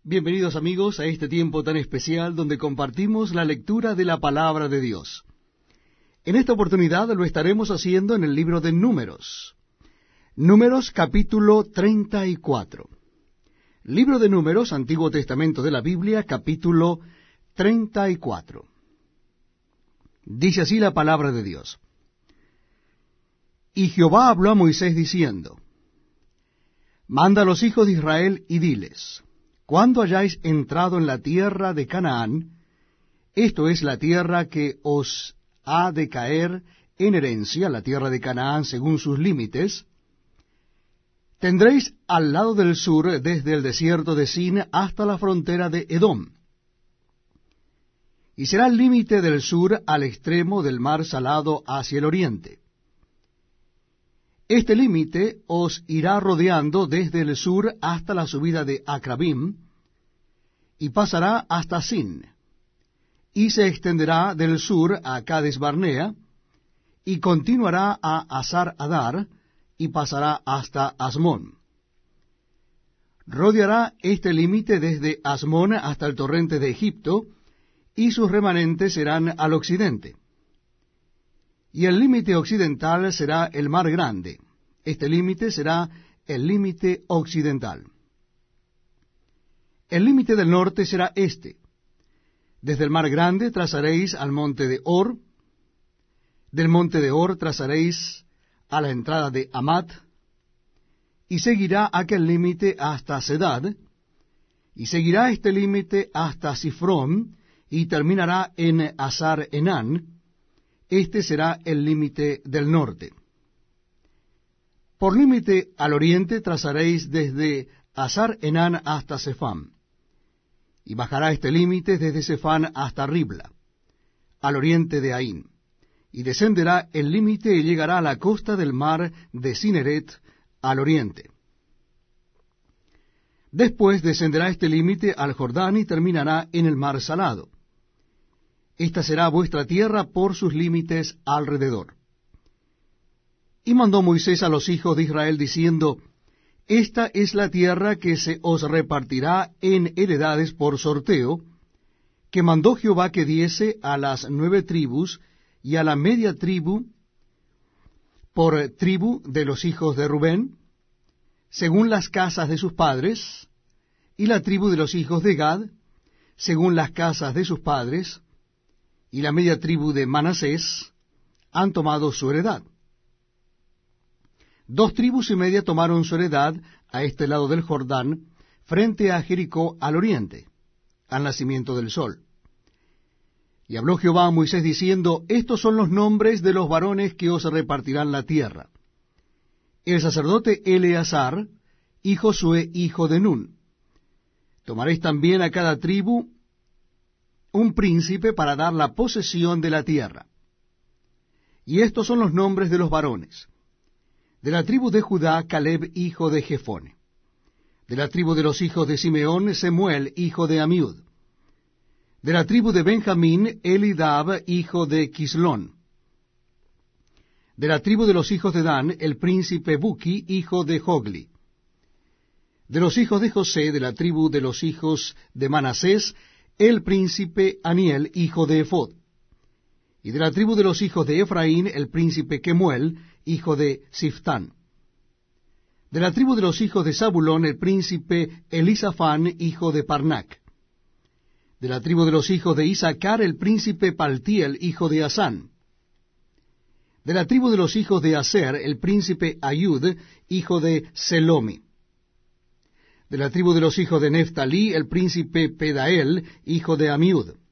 Bienvenidos amigos a este tiempo tan especial donde compartimos la lectura de la palabra de Dios. En esta oportunidad lo estaremos haciendo en el libro de Números. Números capítulo 34. Libro de Números, Antiguo Testamento de la Biblia, capítulo 34. Dice así la palabra de Dios. Y Jehová habló a Moisés diciendo, Manda a los hijos de Israel y diles, cuando hayáis entrado en la tierra de Canaán, esto es la tierra que os ha de caer en herencia, la tierra de Canaán según sus límites, tendréis al lado del sur, desde el desierto de Sin hasta la frontera de Edom. Y será el límite del sur al extremo del mar Salado hacia el oriente. Este límite os irá rodeando desde el sur hasta la subida de Acrabim, y pasará hasta Sin, y se extenderá del sur a Cades Barnea, y continuará a Hasar Adar, y pasará hasta Asmón. Rodeará este límite desde Asmón hasta el torrente de Egipto, y sus remanentes serán al occidente. Y el límite occidental será el mar grande. Este límite será el límite occidental. El límite del norte será este. Desde el mar grande trazaréis al monte de Or. Del monte de Or trazaréis a la entrada de Amat. Y seguirá aquel límite hasta Sedad. Y seguirá este límite hasta Sifrón. Y terminará en Hasar Enán. Este será el límite del norte. Por límite al oriente trazaréis desde Hasar Enán hasta Sefam. Y bajará este límite desde Sefán hasta Ribla, al oriente de Aín. Y descenderá el límite y llegará a la costa del mar de Cineret, al oriente. Después descenderá este límite al Jordán y terminará en el mar Salado. Esta será vuestra tierra por sus límites alrededor. Y mandó Moisés a los hijos de Israel diciendo, Esta es la tierra que se os repartirá en heredades por sorteo, que mandó Jehová que diese a las 9 tribus y a la media tribu por tribu de los hijos de Rubén, según las casas de sus padres, y la tribu de los hijos de Gad, según las casas de sus padres, y la media tribu de Manasés han tomado su heredad. 2 tribus y media tomaron su heredad a este lado del Jordán, frente a Jericó al oriente, al nacimiento del sol. Y habló Jehová a Moisés diciendo, Estos son los nombres de los varones que os repartirán la tierra. El sacerdote Eleazar, y Josué, hijo de Nun. Tomaréis también a cada tribu un príncipe para dar la posesión de la tierra. Y estos son los nombres de los varones. De la tribu de Judá, Caleb, hijo de Jefone. De la tribu de los hijos de Simeón, Semuel, hijo de Amiud. De la tribu de Benjamín, Elidab, hijo de Quislón. De la tribu de los hijos de Dan, el príncipe Buki, hijo de Jogli. De los hijos de José, de la tribu de los hijos de Manasés, el príncipe Aniel, hijo de Efod. Y de la tribu de los hijos de Efraín, el príncipe Kemuel, hijo de Siftán. De la tribu de los hijos de Zabulón, el príncipe Elisafán, hijo de Parnac. De la tribu de los hijos de Isaacar, el príncipe Paltiel, hijo de Asán. De la tribu de los hijos de Aser, el príncipe Ayud, hijo de Selomi. De la tribu de los hijos de Neftalí, el príncipe Pedael, hijo de Amiud.